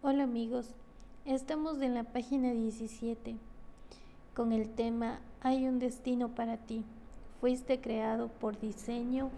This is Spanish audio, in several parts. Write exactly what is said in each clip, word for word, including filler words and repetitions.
Hola amigos, estamos en la página diecisiete con el tema Hay un destino para ti. Fuiste creado por diseño.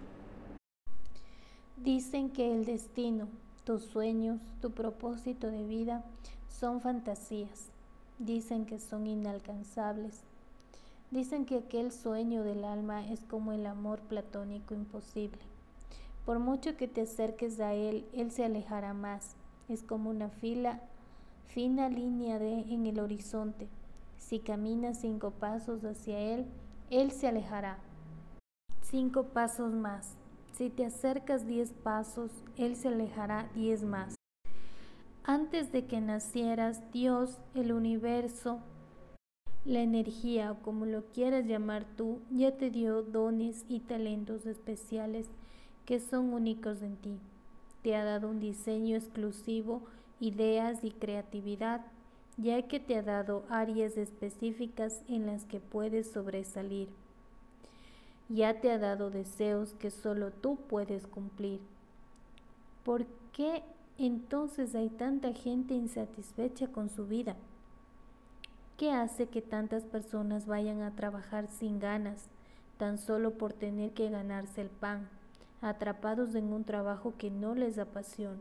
Dicen que el destino, tus sueños, tu propósito de vida son fantasías. Dicen que son inalcanzables. Dicen que aquel sueño del alma es como el amor platónico imposible. Por mucho que te acerques a él, él se alejará más. Es como una fila, fina línea de, en el horizonte. Si caminas cinco pasos hacia él, él se alejará. Cinco pasos más. Si te acercas diez pasos, él se alejará diez más. Antes de que nacieras, Dios, el universo, la energía o como lo quieras llamar tú, ya te dio dones y talentos especiales que son únicos en ti. Te ha dado un diseño exclusivo, ideas y creatividad, ya que te ha dado áreas específicas en las que puedes sobresalir. Ya te ha dado deseos que solo tú puedes cumplir. ¿Por qué entonces hay tanta gente insatisfecha con su vida? ¿Qué hace que tantas personas vayan a trabajar sin ganas, tan solo por tener que ganarse el pan, atrapados en un trabajo que no les apasiona?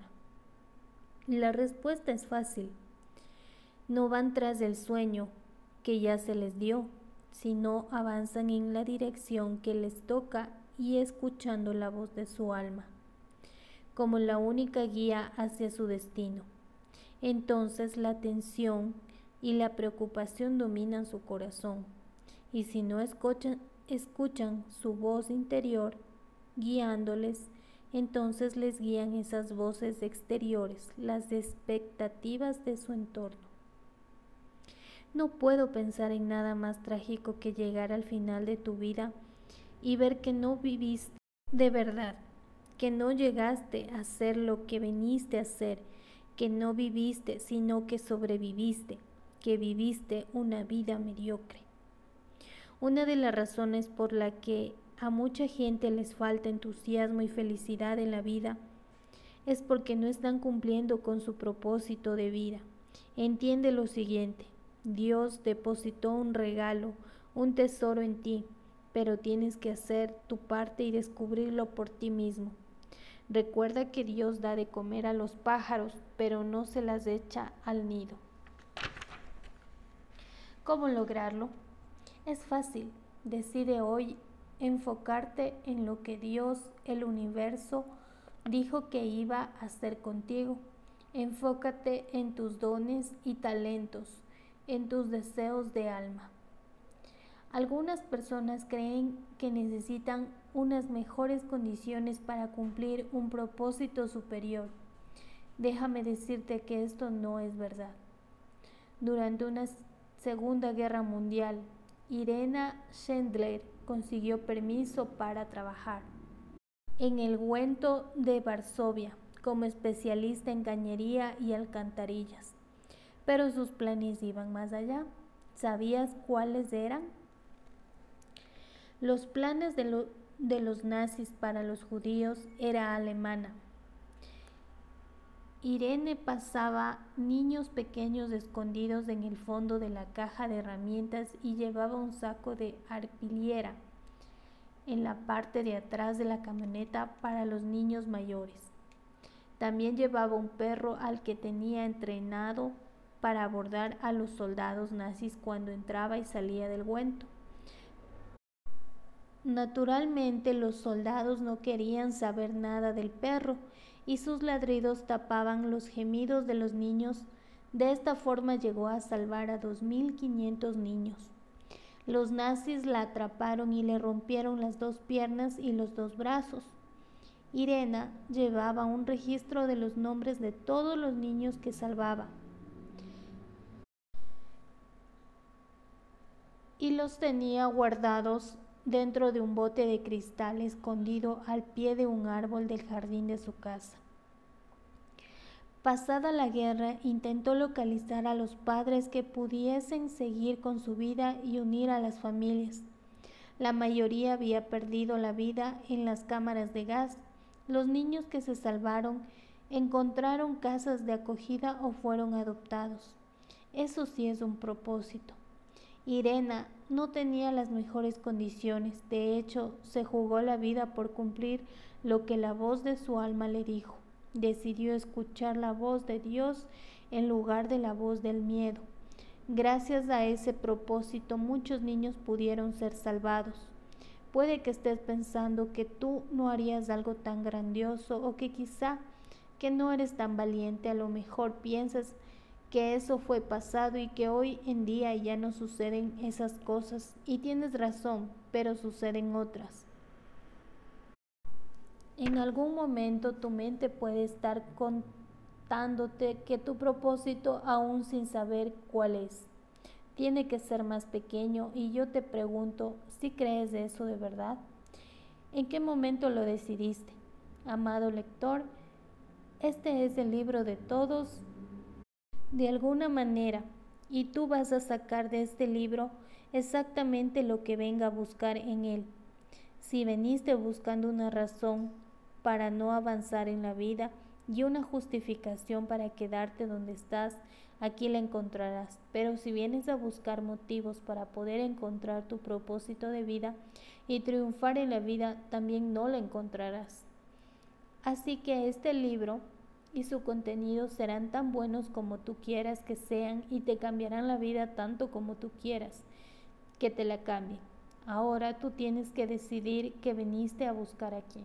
La respuesta es fácil. No van tras el sueño que ya se les dio, sino avanzan en la dirección que les toca y escuchando la voz de su alma, como la única guía hacia su destino. Entonces la tensión y la preocupación dominan su corazón, y si no escuchan, escuchan su voz interior guiándoles, entonces les guían esas voces exteriores, las expectativas de su entorno. No puedo pensar en nada más trágico que llegar al final de tu vida y ver que no viviste de verdad, que no llegaste a ser lo que viniste a ser, que no viviste, sino que sobreviviste, que viviste una vida mediocre. Una de las razones por la que a mucha gente les falta entusiasmo y felicidad en la vida es porque no están cumpliendo con su propósito de vida. Entiende lo siguiente: Dios depositó un regalo, un tesoro en ti, pero tienes que hacer tu parte y descubrirlo por ti mismo. Recuerda que Dios da de comer a los pájaros, pero no se las echa al nido. ¿Cómo lograrlo? Es fácil. Decide hoy enfocarte en lo que Dios, el universo, dijo que iba a hacer contigo. Enfócate en tus dones y talentos, en tus deseos de alma. Algunas personas creen que necesitan unas mejores condiciones para cumplir un propósito superior. Déjame decirte que esto no es verdad. Durante una Segunda Guerra Mundial, Irena Schindler consiguió permiso para trabajar en el Gueto de Varsovia como especialista en cañería y alcantarillas. Pero sus planes iban más allá. ¿Sabías cuáles eran? Los planes de, lo, de los nazis para los judíos era alemana. Irene pasaba niños pequeños escondidos en el fondo de la caja de herramientas y llevaba un saco de arpillera en la parte de atrás de la camioneta para los niños mayores. También llevaba un perro al que tenía entrenado para abordar a los soldados nazis cuando entraba y salía del Gueto. Naturalmente, los soldados no querían saber nada del perro y sus ladridos tapaban los gemidos de los niños. De esta forma llegó a salvar a dos mil quinientos niños. Los nazis la atraparon y le rompieron las dos piernas y los dos brazos. Irena llevaba un registro de los nombres de todos los niños que salvaba y los tenía guardados dentro de un bote de cristal escondido al pie de un árbol del jardín de su casa. Pasada la guerra, intentó localizar a los padres que pudiesen seguir con su vida y unir a las familias. La mayoría había perdido la vida en las cámaras de gas. Los niños que se salvaron encontraron casas de acogida o fueron adoptados. Eso sí es un propósito. Irena no tenía las mejores condiciones, de hecho, se jugó la vida por cumplir lo que la voz de su alma le dijo. Decidió escuchar la voz de Dios en lugar de la voz del miedo. Gracias a ese propósito, muchos niños pudieron ser salvados. Puede que estés pensando que tú no harías algo tan grandioso o que quizá que no eres tan valiente. A lo mejor piensas que eso fue pasado y que hoy en día ya no suceden esas cosas. Y tienes razón, pero suceden otras. En algún momento tu mente puede estar contándote que tu propósito, aún sin saber cuál es, tiene que ser más pequeño, y yo te pregunto, ¿si crees eso de verdad? ¿En qué momento lo decidiste? Amado lector, este es el libro de todos de alguna manera, y tú vas a sacar de este libro exactamente lo que venga a buscar en él. Si veniste buscando una razón para no avanzar en la vida y una justificación para quedarte donde estás, aquí la encontrarás. Pero si vienes a buscar motivos para poder encontrar tu propósito de vida y triunfar en la vida, también no lo encontrarás. Así que este libro y su contenido serán tan buenos como tú quieras que sean, y te cambiarán la vida tanto como tú quieras que te la cambien. Ahora tú tienes que decidir qué viniste a buscar aquí.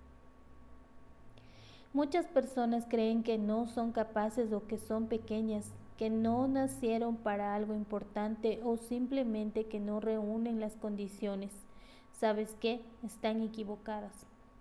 Muchas personas creen que no son capaces o que son pequeñas, que no nacieron para algo importante o simplemente que no reúnen las condiciones. ¿Sabes qué? Están equivocadas.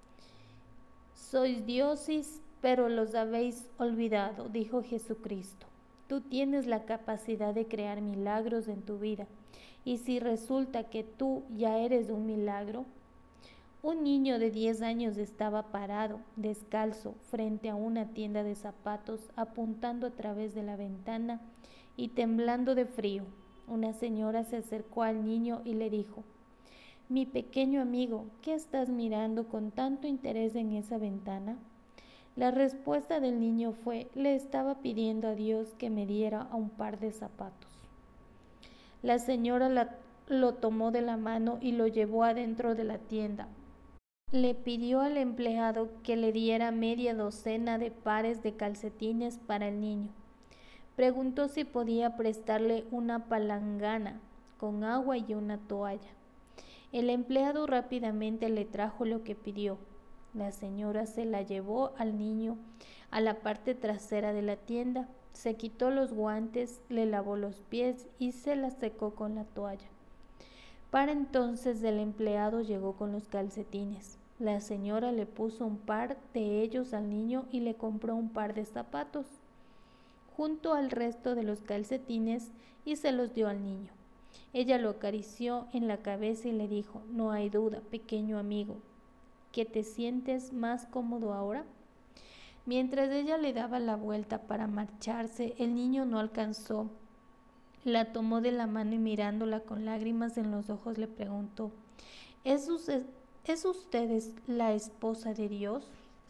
Sois dioses, pero los habéis olvidado, dijo Jesucristo. Tú tienes la capacidad de crear milagros en tu vida. Y si resulta que tú ya eres un milagro. Un niño de diez años estaba parado, descalzo, frente a una tienda de zapatos, apuntando a través de la ventana y temblando de frío. Una señora se acercó al niño y le dijo: «Mi pequeño amigo, ¿qué estás mirando con tanto interés en esa ventana?». La respuesta del niño fue: «Le estaba pidiendo a Dios que me diera un par de zapatos». La señora la, lo tomó de la mano y lo llevó adentro de la tienda. Le pidió al empleado que le diera media docena de pares de calcetines para el niño. Preguntó si podía prestarle una palangana con agua y una toalla. El empleado rápidamente le trajo lo que pidió. La señora se la llevó al niño a la parte trasera de la tienda, se quitó los guantes, le lavó los pies y se la secó con la toalla. Para entonces el empleado llegó con los calcetines. La señora le puso un par de ellos al niño y le compró un par de zapatos junto al resto de los calcetines y se los dio al niño. Ella lo acarició en la cabeza y le dijo: «No hay duda, pequeño amigo, que te sientes más cómodo ahora». Mientras ella le daba la vuelta para marcharse, el niño no alcanzó. La tomó de la mano y mirándola con lágrimas en los ojos le preguntó: ¿Es usted, ¿es usted la esposa de Dios?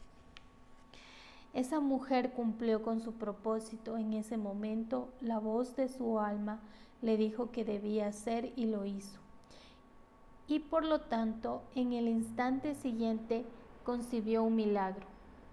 Esa mujer cumplió con su propósito. En ese momento, la voz de su alma le dijo que debía hacer y lo hizo. Y por lo tanto, en el instante siguiente, concibió un milagro.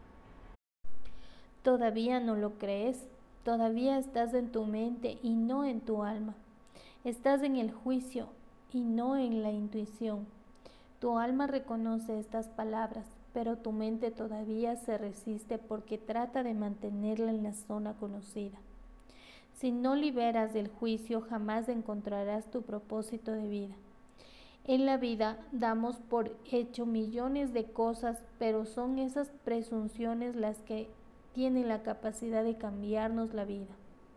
¿Todavía no lo crees? Todavía estás en tu mente y no en tu alma. Estás en el juicio y no en la intuición. Tu alma reconoce estas palabras, pero tu mente todavía se resiste porque trata de mantenerla en la zona conocida. Si no liberas del juicio, jamás encontrarás tu propósito de vida. En la vida damos por hecho millones de cosas, pero son esas presunciones las que tienen la capacidad de cambiarnos la vida.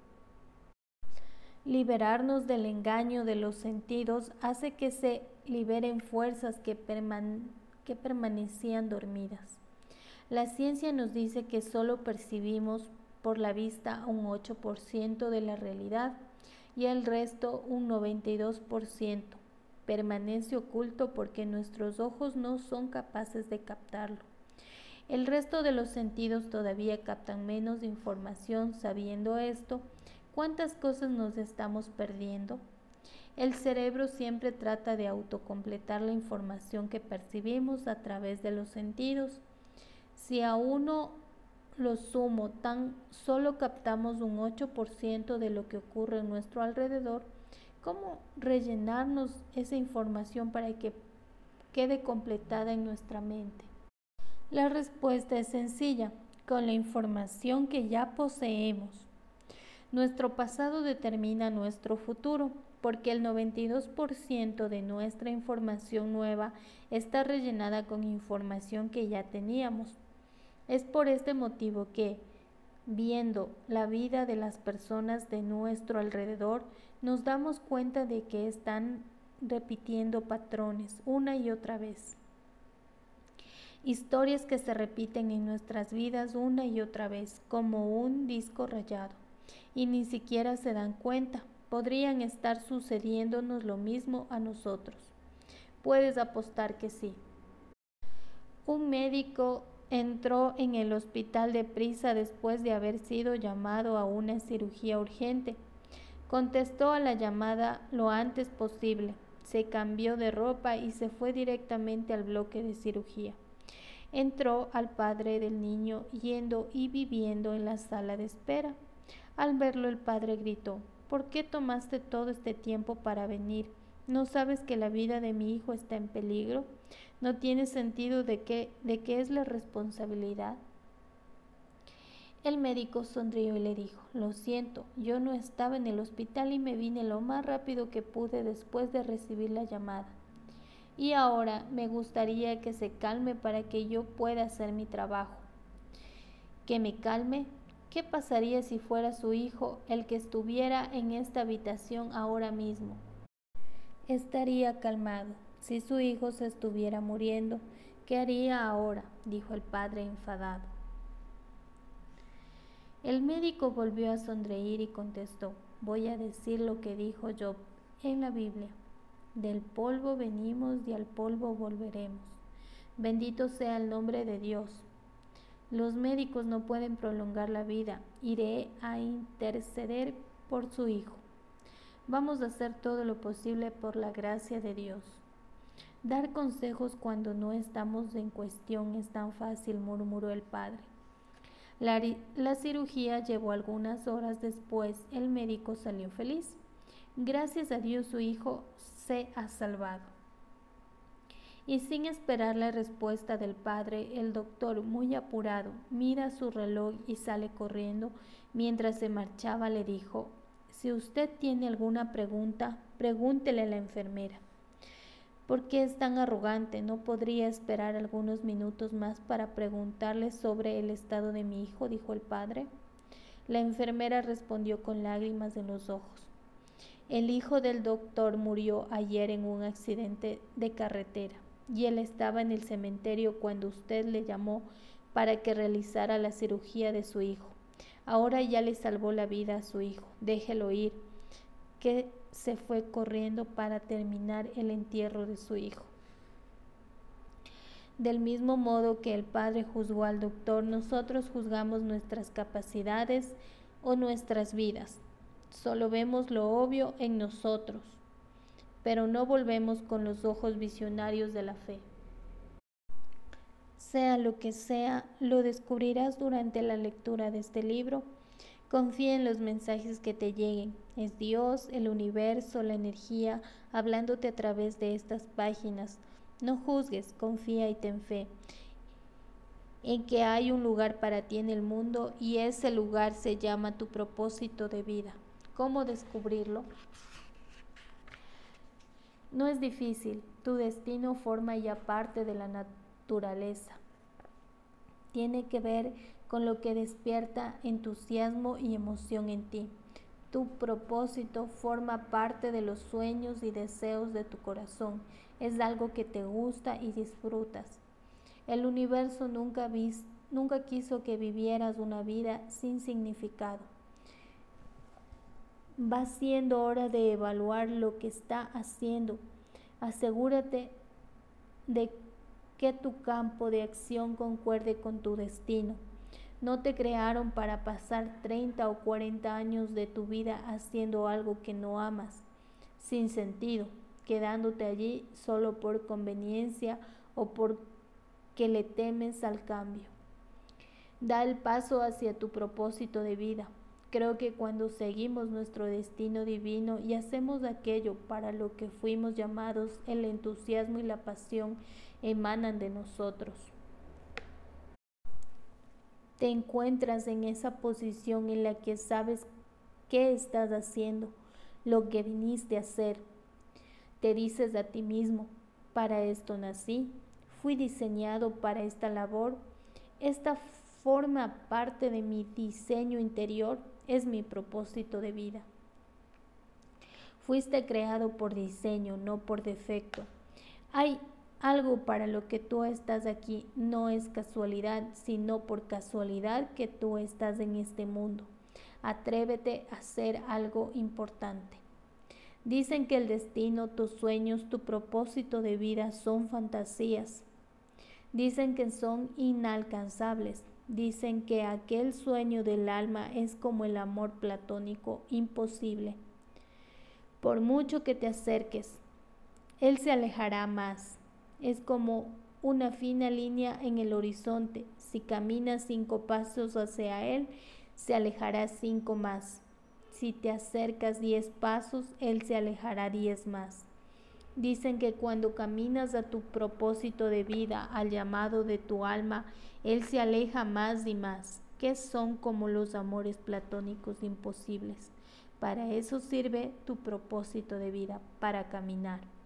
Liberarnos del engaño de los sentidos hace que se liberen fuerzas que, perman- que permanecían dormidas. La ciencia nos dice que solo percibimos por la vista un ocho por ciento de la realidad y el resto, un noventa y dos por ciento, permanece oculto porque nuestros ojos no son capaces de captarlo. El resto de los sentidos todavía captan menos información. Sabiendo esto, ¿cuántas cosas nos estamos perdiendo? El cerebro siempre trata de autocompletar la información que percibimos a través de los sentidos. Si a uno lo sumo, tan solo captamos un ocho por ciento de lo que ocurre en nuestro alrededor. ¿Cómo rellenarnos esa información para que quede completada en nuestra mente? La respuesta es sencilla: con la información que ya poseemos. Nuestro pasado determina nuestro futuro, porque el noventa y dos por ciento de nuestra información nueva está rellenada con información que ya teníamos. Es por este motivo que, viendo la vida de las personas de nuestro alrededor, nos damos cuenta de que están repitiendo patrones una y otra vez. Historias que se repiten en nuestras vidas una y otra vez, como un disco rayado, y ni siquiera se dan cuenta. Podrían estar sucediéndonos lo mismo a nosotros. Puedes apostar que sí. Un médico entró en el hospital deprisa después de haber sido llamado a una cirugía urgente. Contestó a la llamada lo antes posible, se cambió de ropa y se fue directamente al bloque de cirugía. Entró al padre del niño yendo y viviendo en la sala de espera. Al verlo, el padre gritó: ¿por qué tomaste todo este tiempo para venir? ¿No sabes que la vida de mi hijo está en peligro? ¿No tienes sentido de qué, de qué es la responsabilidad? El médico sonrió y le dijo: lo siento, yo no estaba en el hospital y me vine lo más rápido que pude después de recibir la llamada. Y ahora me gustaría que se calme para que yo pueda hacer mi trabajo. ¿Que me calme? ¿Qué pasaría si fuera su hijo el que estuviera en esta habitación ahora mismo? Estaría calmado. Si su hijo se estuviera muriendo, ¿qué haría ahora?, dijo el padre enfadado. El médico volvió a sonreír y contestó: voy a decir lo que dijo Job en la Biblia: del polvo venimos y al polvo volveremos. Bendito sea el nombre de Dios. Los médicos no pueden prolongar la vida. Iré a interceder por su hijo. Vamos a hacer todo lo posible por la gracia de Dios. Dar consejos cuando no estamos en cuestión es tan fácil, murmuró el padre. La, la cirugía llevó algunas horas después. El médico salió feliz. Gracias a Dios su hijo se ha salvado. Y sin esperar la respuesta del padre, el doctor, muy apurado, mira su reloj y sale corriendo. Mientras se marchaba le dijo: si usted tiene alguna pregunta, pregúntele a la enfermera. ¿Por qué es tan arrogante? ¿No podría esperar algunos minutos más para preguntarle sobre el estado de mi hijo?, dijo el padre. La enfermera respondió con lágrimas en los ojos: el hijo del doctor murió ayer en un accidente de carretera y él estaba en el cementerio cuando usted le llamó para que realizara la cirugía de su hijo. Ahora ya le salvó la vida a su hijo. Déjelo ir, que se fue corriendo para terminar el entierro de su hijo. Del mismo modo que el padre juzgó al doctor, nosotros juzgamos nuestras capacidades o nuestras vidas. Solo vemos lo obvio en nosotros, pero no volvemos con los ojos visionarios de la fe. Sea lo que sea, lo descubrirás durante la lectura de este libro. Confía en los mensajes que te lleguen. Es Dios, el universo, la energía, hablándote a través de estas páginas. No juzgues, confía y ten fe en que hay un lugar para ti en el mundo y ese lugar se llama tu propósito de vida. ¿Cómo descubrirlo? No es difícil. Tu destino forma ya parte de la naturaleza. Tiene que ver con lo que despierta entusiasmo y emoción en ti. Tu propósito forma parte de los sueños y deseos de tu corazón. Es algo que te gusta y disfrutas. El universo nunca, vis, nunca quiso que vivieras una vida sin significado. Va siendo hora de evaluar lo que está haciendo. Asegúrate de que tu campo de acción concuerde con tu destino. No te crearon para pasar treinta o cuarenta años de tu vida haciendo algo que no amas, sin sentido, quedándote allí solo por conveniencia o porque le temes al cambio. Da el paso hacia tu propósito de vida. Creo que cuando seguimos nuestro destino divino y hacemos aquello para lo que fuimos llamados, el entusiasmo y la pasión emanan de nosotros. Te encuentras en esa posición en la que sabes qué estás haciendo, lo que viniste a hacer. Te dices a ti mismo, para esto nací, fui diseñado para esta labor, esta forma parte de mi diseño interior, es mi propósito de vida. Fuiste creado por diseño, no por defecto. Hay algo para lo que tú estás aquí, no es casualidad, sino por casualidad que tú estás en este mundo. Atrévete a hacer algo importante. Dicen que el destino, tus sueños, tu propósito de vida son fantasías. Dicen que son inalcanzables. Dicen que aquel sueño del alma es como el amor platónico, imposible. Por mucho que te acerques, él se alejará más. Es como una fina línea en el horizonte. Si caminas cinco pasos hacia él, se alejará cinco más. Si te acercas diez pasos, él se alejará diez más. Dicen que cuando caminas a tu propósito de vida, al llamado de tu alma, él se aleja más y más, que son como los amores platónicos imposibles. Para eso sirve tu propósito de vida, para caminar.